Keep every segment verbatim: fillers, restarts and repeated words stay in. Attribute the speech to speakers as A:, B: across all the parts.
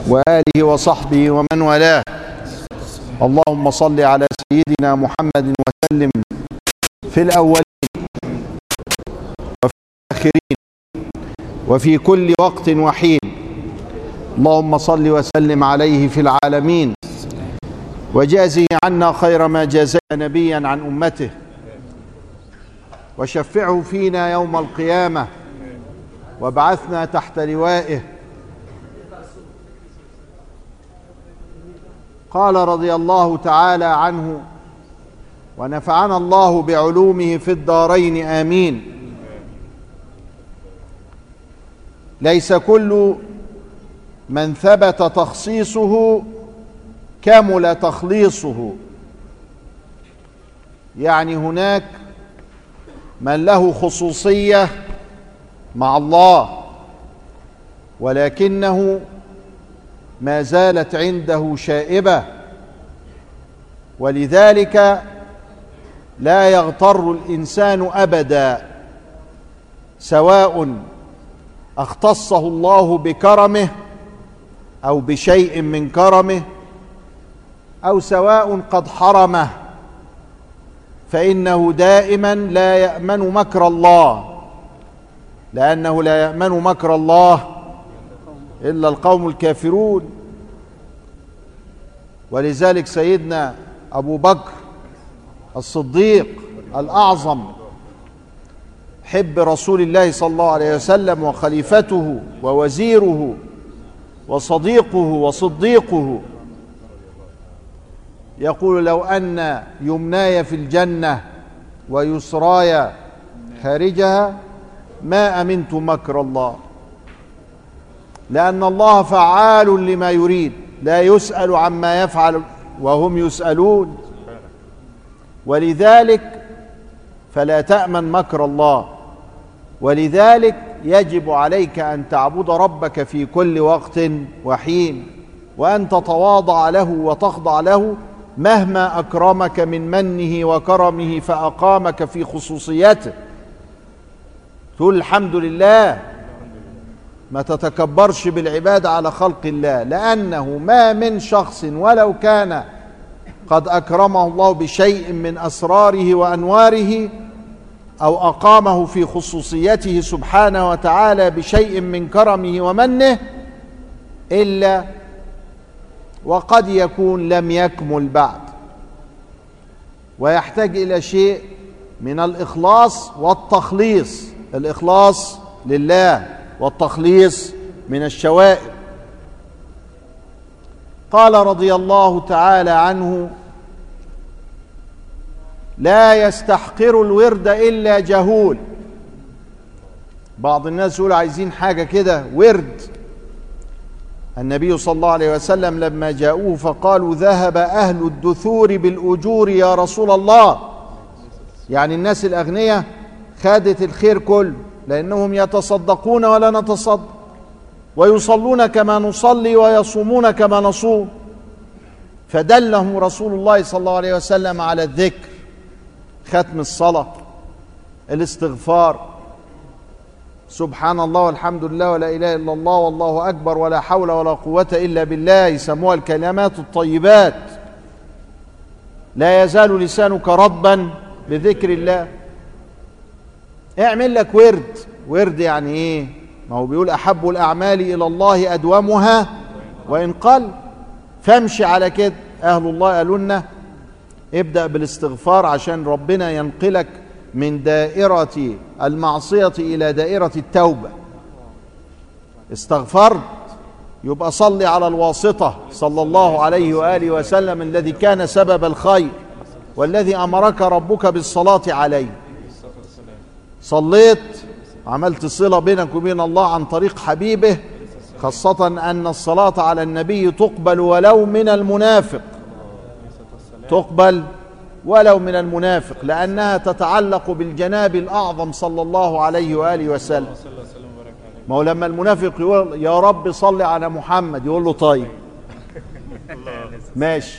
A: وآله وصحبه ومن والاه. اللهم صل على سيدنا محمد وسلم في الأولين وفي الآخرين وفي كل وقت وحين. اللهم صل وسلم عليه في العالمين، وجازه عنا خير ما جازى نبيا عن أمته، وشفعه فينا يوم القيامة، وابعثنا تحت لوائه. قال رضي الله تعالى عنه ونفعنا الله بعلومه في الدارين آمين: ليس كل من ثبت تخصيصه كمل تخليصه. يعني هناك من له خصوصية مع الله، ولكنه ما زالت عنده شائبة، ولذلك لا يغتر الإنسان أبدا، سواء اختصه الله بكرمه أو بشيء من كرمه، أو سواء قد حرمه، فإنه دائما لا يأمن مكر الله، لأنه لا يأمن مكر الله إلا القوم الكافرون. ولذلك سيدنا أبو بكر الصديق الأعظم حب رسول الله صلى الله عليه وسلم وخليفته ووزيره وصديقه وصديقه يقول: لو أن يمناي في الجنة ويسراي خارجها ما أمنت مكر الله، لأن الله فعال لما يريد، لا يسأل عما يفعل وهم يسألون. ولذلك فلا تأمن مكر الله، ولذلك يجب عليك أن تعبد ربك في كل وقت وحين، وأن تتواضع له وتخضع له مهما أكرمك من منه وكرمه فأقامك في خصوصيته. تقول الحمد لله، ما تتكبرش بالعبادة على خلق الله، لأنه ما من شخص ولو كان قد أكرمه الله بشيء من أسراره وأنواره، أو أقامه في خصوصيته سبحانه وتعالى بشيء من كرمه ومنه، إلا وقد يكون لم يكمل بعد، ويحتاج إلى شيء من الإخلاص والتخليص. الإخلاص لله والتخليص من الشوائب. قال رضي الله تعالى عنه: لا يستحقر الورد إلا جهول. بعض الناس يقول عايزين حاجة كده ورد. النبي صلى الله عليه وسلم لما جاءوه فقالوا: ذهب أهل الدثور بالأجور يا رسول الله. يعني الناس الأغنياء خادت الخير كله، لأنهم يتصدقون ولا نتصدق، ويصلون كما نصلي ويصومون كما نصوم. فدلهم رسول الله صلى الله عليه وسلم على الذكر، ختم الصلاة، الاستغفار، سبحان الله والحمد لله ولا إله إلا الله والله أكبر ولا حول ولا قوة إلا بالله، يسموها الكلمات الطيبات. لا يزال لسانك رطبا بذكر الله. اعمل لك ورد. ورد يعني ايه؟ ما هو بيقول: أحب الأعمال إلى الله أدومها وإن قل. فامشي على كده. أهل الله قالوا لنا ابدأ بالاستغفار عشان ربنا ينقلك من دائرة المعصية إلى دائرة التوبة. استغفرت، يبقى صلي على الواسطة صلى الله عليه وآله وسلم الذي كان سبب الخير، والذي أمرك ربك بالصلاة عليه. صليت، عملت صلة بينك وبين الله عن طريق حبيبه، خاصة أن الصلاة على النبي تقبل ولو من المنافق، تقبل ولو من المنافق، لأنها تتعلق بالجناب الأعظم صلى الله عليه وآله وسلم. ما هو لما المنافق يقول: يا رب صل على محمد، يقول له: طيب ماشي،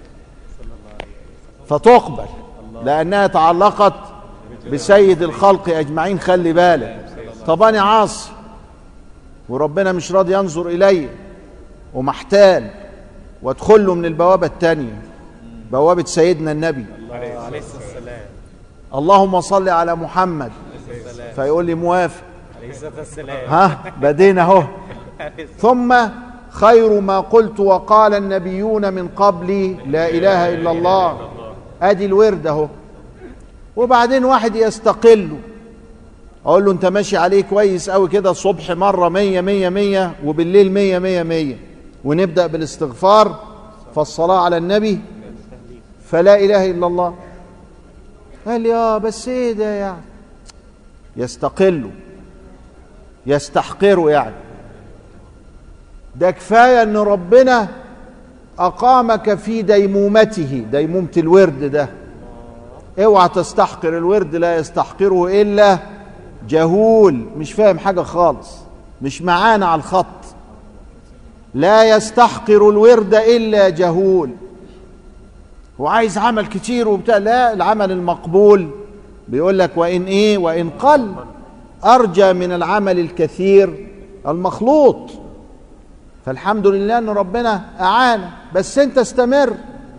A: فتقبل لأنها تعلقت بسيد الخلق أجمعين. خلي بالك، طب أنا عاصي وربنا مش راضي ينظر إلي، ومحتال وادخل له من البوابة التانية، بوابة سيدنا النبي
B: عليه السلام.
A: اللهم صل على محمد، فيقول لي موافق،
B: عليه الصلاة والسلام.
A: ها بدينا اهو. ثم خير ما قلت وقال النبيون من قبلي لا إله إلا الله، ادي الورد اهو. وبعدين واحد يستقل، اقول له انت ماشي عليه كويس قوي كده، الصبح مرة مية مية مية وبالليل مية مية مية، ونبدأ بالاستغفار فالصلاة على النبي فلا إله إلا الله. قال لي اه بس ايه ده يعني؟ يستقل يستحقره يعني. ده كفاية ان ربنا اقامك في ديمومته، ديمومة الورد ده. اوعى تستحقر الورد، لا يستحقره الا جهول مش فاهم حاجة خالص، مش معانا على الخط. لا يستحقر الورد الا جهول. وعايز عمل كتير وبتاع، لا، العمل المقبول بيقول لك وإن إيه وإن قل أرجى من العمل الكثير المخلوط. فالحمد لله أن ربنا أعانا، بس أنت استمر.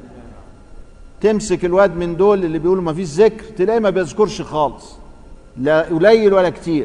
A: تمسك الواد من دول اللي بيقولوا ما فيش ذكر، تلاقيه ما بيذكرش خالص، لا قليل ولا كتير.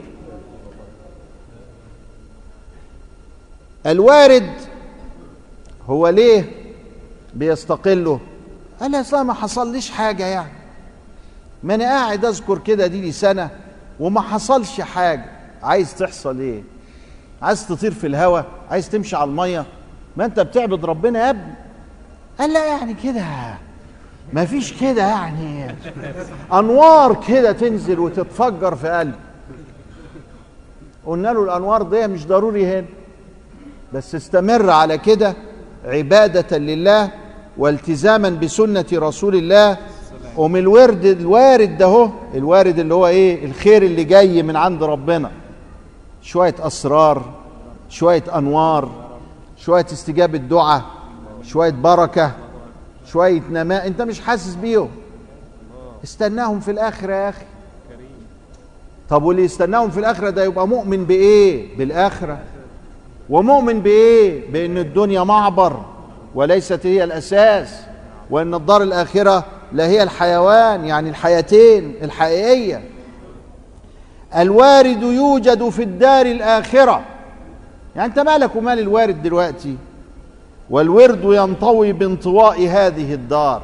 A: الوارد هو ليه بيستقله؟ قال لي اصلا ما حصليش حاجه يعني، ما انا قاعد اذكر كده دي لي سنه وما حصلش حاجه. عايز تحصل ايه؟ عايز تطير في الهواء؟ عايز تمشي على الميه؟ ما انت بتعبد ربنا يا ابني. قال لا يعني كده ما فيش كده يعني انوار كده تنزل وتتفجر في قلبي. قلنا له الانوار دي مش ضروري هنا، بس استمر على كده عباده لله والتزاما بسنة رسول الله. ومن الورد الوارد ده هو الوارد اللي هو ايه؟ الخير اللي جاي من عند ربنا، شوية اسرار، شوية انوار، شوية استجابة دعاء، شوية بركة، شوية نماء انت مش حاسس بيهم. استناهم في الاخرة يا اخي. طب واللي يستناهم في الاخرة ده يبقى مؤمن بايه؟ بالاخرة. ومؤمن بايه؟ بان الدنيا معبر وليست هي الأساس، وأن الدار الآخرة لا هي الحيوان، يعني الحياتين الحقيقية. الوارد يوجد في الدار الآخرة. يعني أنت مالك ومال الوارد دلوقتي؟ والورد ينطوي بانطواء هذه الدار.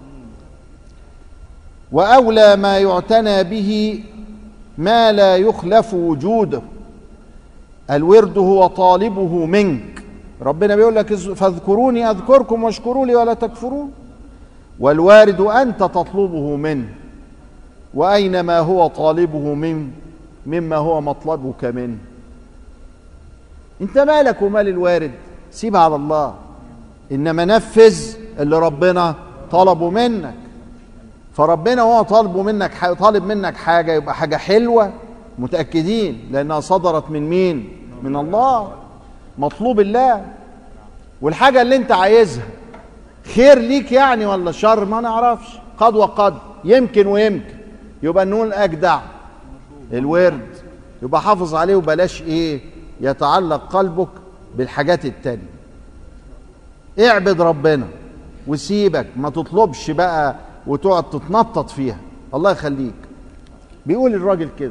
A: وأولى ما يعتنى به ما لا يخلف وجوده. الورد هو طالبه منك. ربنا بيقول لك فاذكروني أذكركم واشكروا لي ولا تكفرون. والوارد أنت تطلبه منه، وأينما هو طالبه من مما هو مطلبك منه. انت مالك ومال الوارد؟ سيب على الله، إنما نفذ اللي ربنا طلبه منك. فربنا هو طالبه منك طالب منك حاجة، يبقى حاجة حلوة متأكدين لأنها صدرت من مين؟ من الله، مطلوب الله. والحاجة اللي انت عايزها خير ليك يعني ولا شر ما نعرفش، قد وقد، يمكن ويمكن. يبقى نقول أجدع الورد، يبقى حافظ عليه وبلاش ايه يتعلق قلبك بالحاجات التانية. اعبد ربنا وسيبك، ما تطلبش بقى وتقعد تتنطط فيها. الله يخليك. بيقول الراجل كده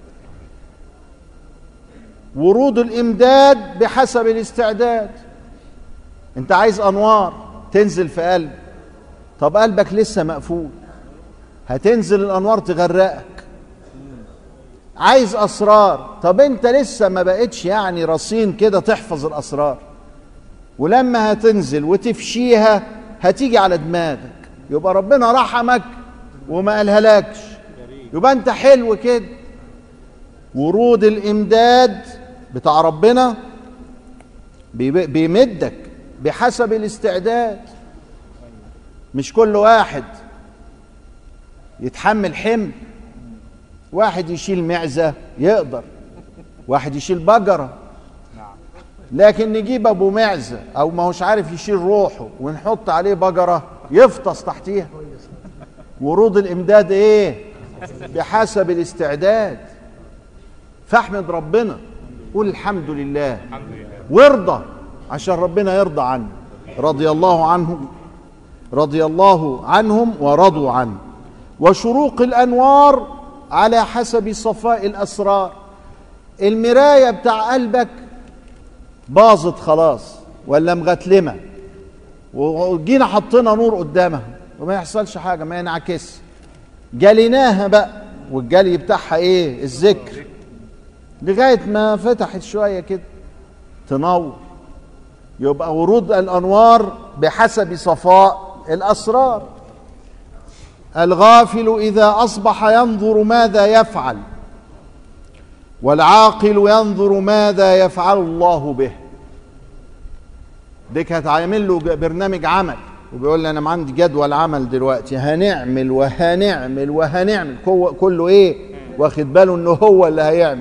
A: ورود الإمداد بحسب الاستعداد. انت عايز أنوار تنزل في قلب، طب قلبك لسه مقفول، هتنزل الأنوار تغرقك. عايز أسرار، طب انت لسه ما بقتش يعني رصين كده تحفظ الأسرار، ولما هتنزل وتفشيها هتيجي على دماغك. يبقى ربنا رحمك وما قالها لكش، يبقى انت حلو كده. ورود الإمداد بتاع ربنا بيمدك بحسب الاستعداد. مش كل واحد يتحمل حمل. واحد يشيل معزة يقدر، واحد يشيل بقرة، لكن نجيب ابو معزة او ما هوش عارف يشيل روحه ونحط عليه بقرة يفطس تحتيها. ورود الامداد ايه؟ بحسب الاستعداد. فاحمد ربنا، قول الحمد لله وارضى عشان ربنا يرضى عنه. رضي الله عنهم رضي الله عنهم ورضوا عنه. وشروق الأنوار على حسب صفاء الأسرار. المراية بتاع قلبك باظت خلاص ولا مغتلمة، وجينا حطينا نور قدامها وما يحصلش حاجة، ما ينعكس، جليناها بقى والجلي بتاعها ايه؟ الذكر، لغاية ما فتحت شوية كده تنور. يبقى ورود الأنوار بحسب صفاء الأسرار. الغافل إذا أصبح ينظر ماذا يفعل، والعاقل ينظر ماذا يفعل الله به. ديك هتعمل له برنامج عمل وبيقول لي أنا عندي جدول عمل دلوقتي، هنعمل وهنعمل وهنعمل، كله إيه؟ واخد باله إنه هو اللي هيعمل.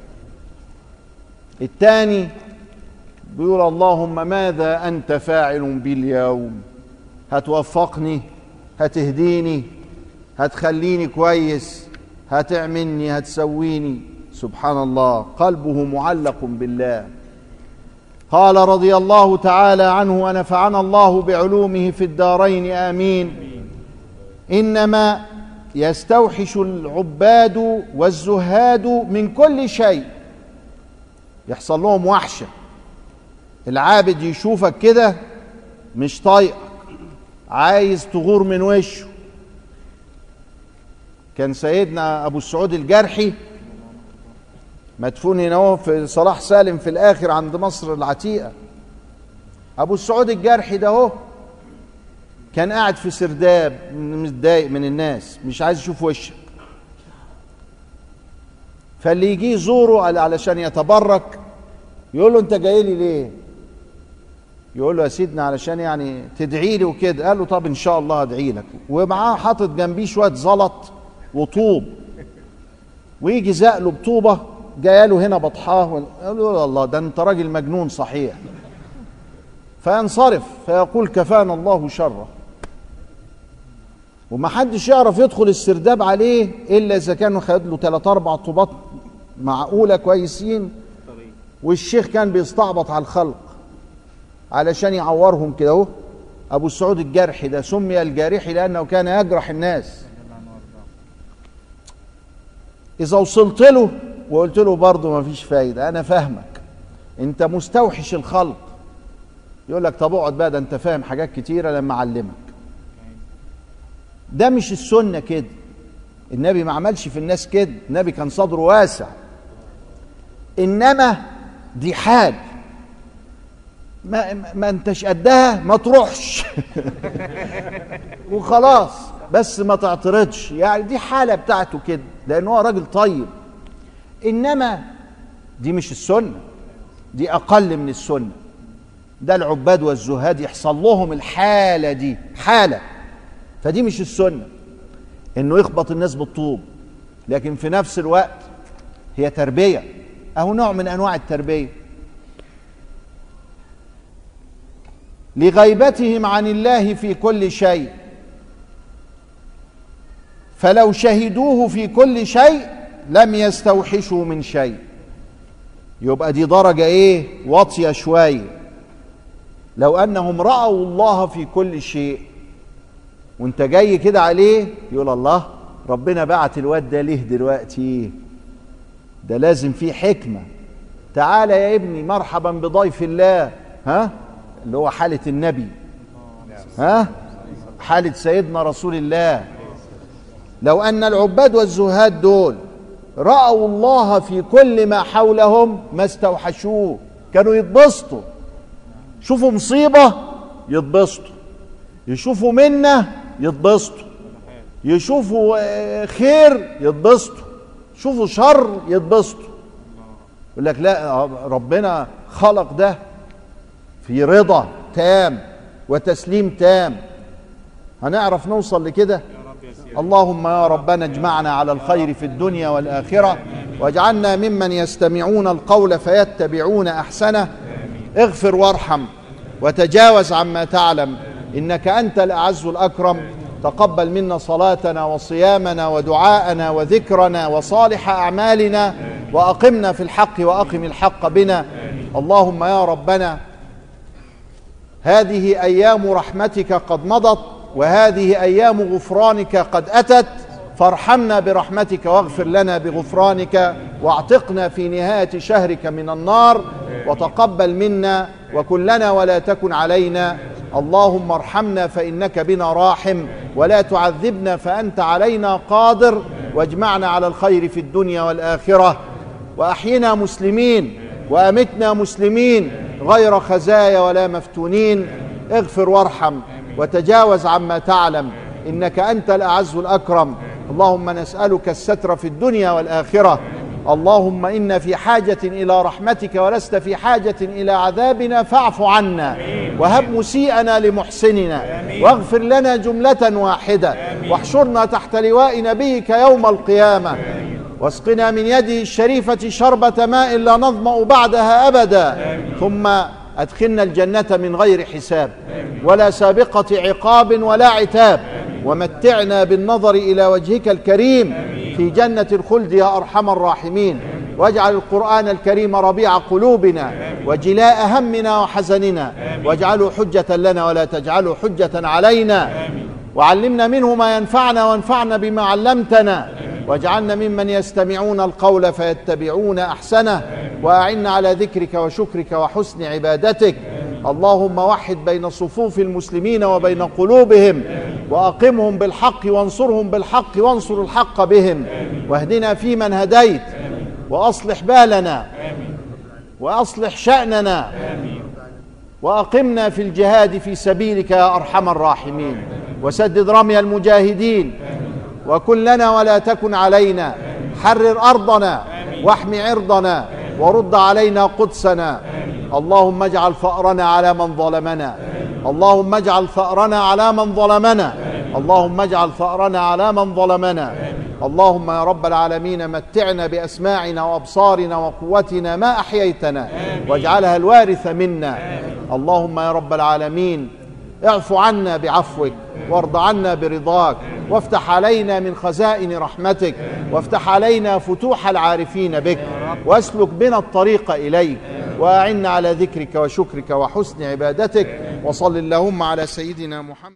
A: التاني بيقول اللهم ماذا أنت فاعل بي اليوم؟ هتوفقني، هتهديني، هتخليني كويس، هتعملني، هتسويني. سبحان الله، قلبه معلق بالله. قال رضي الله تعالى عنه ونفعنا الله بعلومه في الدارين آمين: إنما يستوحش العباد والزهاد من كل شيء. يحصل لهم وحشة، العابد يشوفك كده مش طايقك، عايز تغور من وشه. كان سيدنا أبو السعود الجرحي مدفون هنا في صلاح سالم في الآخر عند مصر العتيقة. أبو السعود الجرحي ده هو كان قاعد في سرداب متضايق من الناس، مش عايز يشوف وشك، فاللي يجي يزوره علشان يتبرك يقول له أنت جاي لي ليه؟ يقول له يا سيدنا علشان يعني تدعي لي وكده. قال له طب إن شاء الله أدعي لك. ومعاه حاطط جنبيه شوية زلط وطوب، ويجي زقله بطوبة جايه له هنا بطحاه. قال له الله، ده انت راجل مجنون صحيح. فينصرف فيقول كفانا الله شره. ومحدش يعرف يدخل السرداب عليه الا اذا كانوا خد له ثلاث اربع طوبات معقوله كويسين، والشيخ كان بيستعبط على الخلق علشان يعورهم كده اهو. ابو السعود الجرحي ده سمي الجارحي لانه كان يجرح الناس. اذا وصلت له وقلت له برضه ما فيش فايده، انا فاهمك، انت مستوحش الخلق، يقول لك طب اقعد بقى، ده انت فاهم حاجات كتيره لما اعلمك. ده مش السنه كده، النبي ما عملش في الناس كده، النبي كان صدره واسع. انما دي حال ما, ما انتش قدها ما تروحش وخلاص، بس ما تعترضش، يعني دي حاله بتاعته كده لان هو راجل طيب. انما دي مش السنه، دي اقل من السنه. ده العباد والزهاد يحصل لهم الحاله دي حاله، فدي مش السنه انه يخبط الناس بالطوب. لكن في نفس الوقت هي تربيه، اهو نوع من انواع التربيه. لغيبتهم عن الله في كل شيء، فلو شهدوه في كل شيء لم يستوحشوا من شيء. يبقى دي درجة ايه؟ واطية شوية. لو انهم رأوا الله في كل شيء وانت جاي كده عليه يقول الله ربنا بعت الواد ده ليه دلوقتي؟ ده لازم فيه حكمة. تعالى يا ابني مرحبا بضيف الله، ها اللي هو حالة النبي، ها حالة سيدنا رسول الله. لو أن العباد والزهاد دول رأوا الله في كل ما حولهم ما استوحشوه، كانوا يتبسطوا. شوفوا مصيبة يتبسطوا، يشوفوا منة يتبسطوا، يشوفوا خير يتبسطوا، يشوفوا شر يتبسطوا. يقول لك لا، ربنا خلق ده في رضا تام وتسليم تام. هنعرف نوصل لكده؟ اللهم يا ربنا اجمعنا على الخير في الدنيا والآخرة، واجعلنا ممن يستمعون القول فيتبعون أحسنه. اغفر وارحم وتجاوز عما تعلم، إنك أنت الأعز الأكرم. تقبل منا صلاتنا وصيامنا ودعاءنا وذكرنا وصالح أعمالنا، وأقمنا في الحق وأقم الحق بنا. اللهم يا ربنا هذه أيام رحمتك قد مضت، وهذه أيام غفرانك قد أتت، فارحمنا برحمتك واغفر لنا بغفرانك، واعتقنا في نهاية شهرك من النار، وتقبل منا وكن لنا ولا تكن علينا. اللهم ارحمنا فإنك بنا راحم، ولا تعذبنا فأنت علينا قادر، واجمعنا على الخير في الدنيا والآخرة، وأحينا مسلمين وأمتنا مسلمين غير خزايا ولا مفتونين. اغفر وارحم وتجاوز عما تعلم، إنك أنت الأعز الأكرم. اللهم نسألك الستر في الدنيا والآخرة. اللهم إنا في حاجة إلى رحمتك ولست في حاجة إلى عذابنا، فاعف عنا وهب مسيئنا لمحسننا، واغفر لنا جملة واحدة، واحشرنا تحت لواء نبيك يوم القيامة، واسقنا من يده الشريفة شربة ماء لا نظمأ بعدها أبدا، ثم أدخلنا الجنة من غير حساب ولا سابقة عقاب ولا عتاب، ومتعنا بالنظر إلى وجهك الكريم في جنة الخلد يا أرحم الراحمين. واجعل القرآن الكريم ربيع قلوبنا وجلاء همنا وحزننا، واجعله حجة لنا ولا تجعله حجة علينا، وعلمنا منه ما ينفعنا وانفعنا بما علمتنا، واجعلنا ممن يستمعون القول فيتبعون أحسنه، وأعنا على ذكرك وشكرك وحسن عبادتك. اللهم وحد بين صفوف المسلمين وبين قلوبهم، وأقمهم بالحق وانصرهم بالحق وانصر الحق بهم، واهدنا فيمن هديت، وأصلح بالنا وأصلح شأننا، وأقمنا في الجهاد في سبيلك يا أرحم الراحمين، وسدد رمي المجاهدين، وكن لنا ولا تكن علينا، حرر أرضنا واحم عرضنا، ورد علينا قدسنا. اللهم اجعل ثأرنا على من ظلمنا، اللهم اجعل ثأرنا على من ظلمنا، اللهم اجعل ثأرنا على من ظلمنا. اللهم يا رب العالمين متعنا بأسماعنا وأبصارنا وقوتنا ما أحييتنا، واجعلها الوارث منا. اللهم يا رب العالمين اعف عنا بعفوك، وارض عنا برضاك، وافتح علينا من خزائن رحمتك، وافتح علينا فتوح العارفين بك، واسلك بنا الطريق إليك، وأعنا على ذكرك وشكرك وحسن عبادتك. وصل اللهم على سيدنا محمد.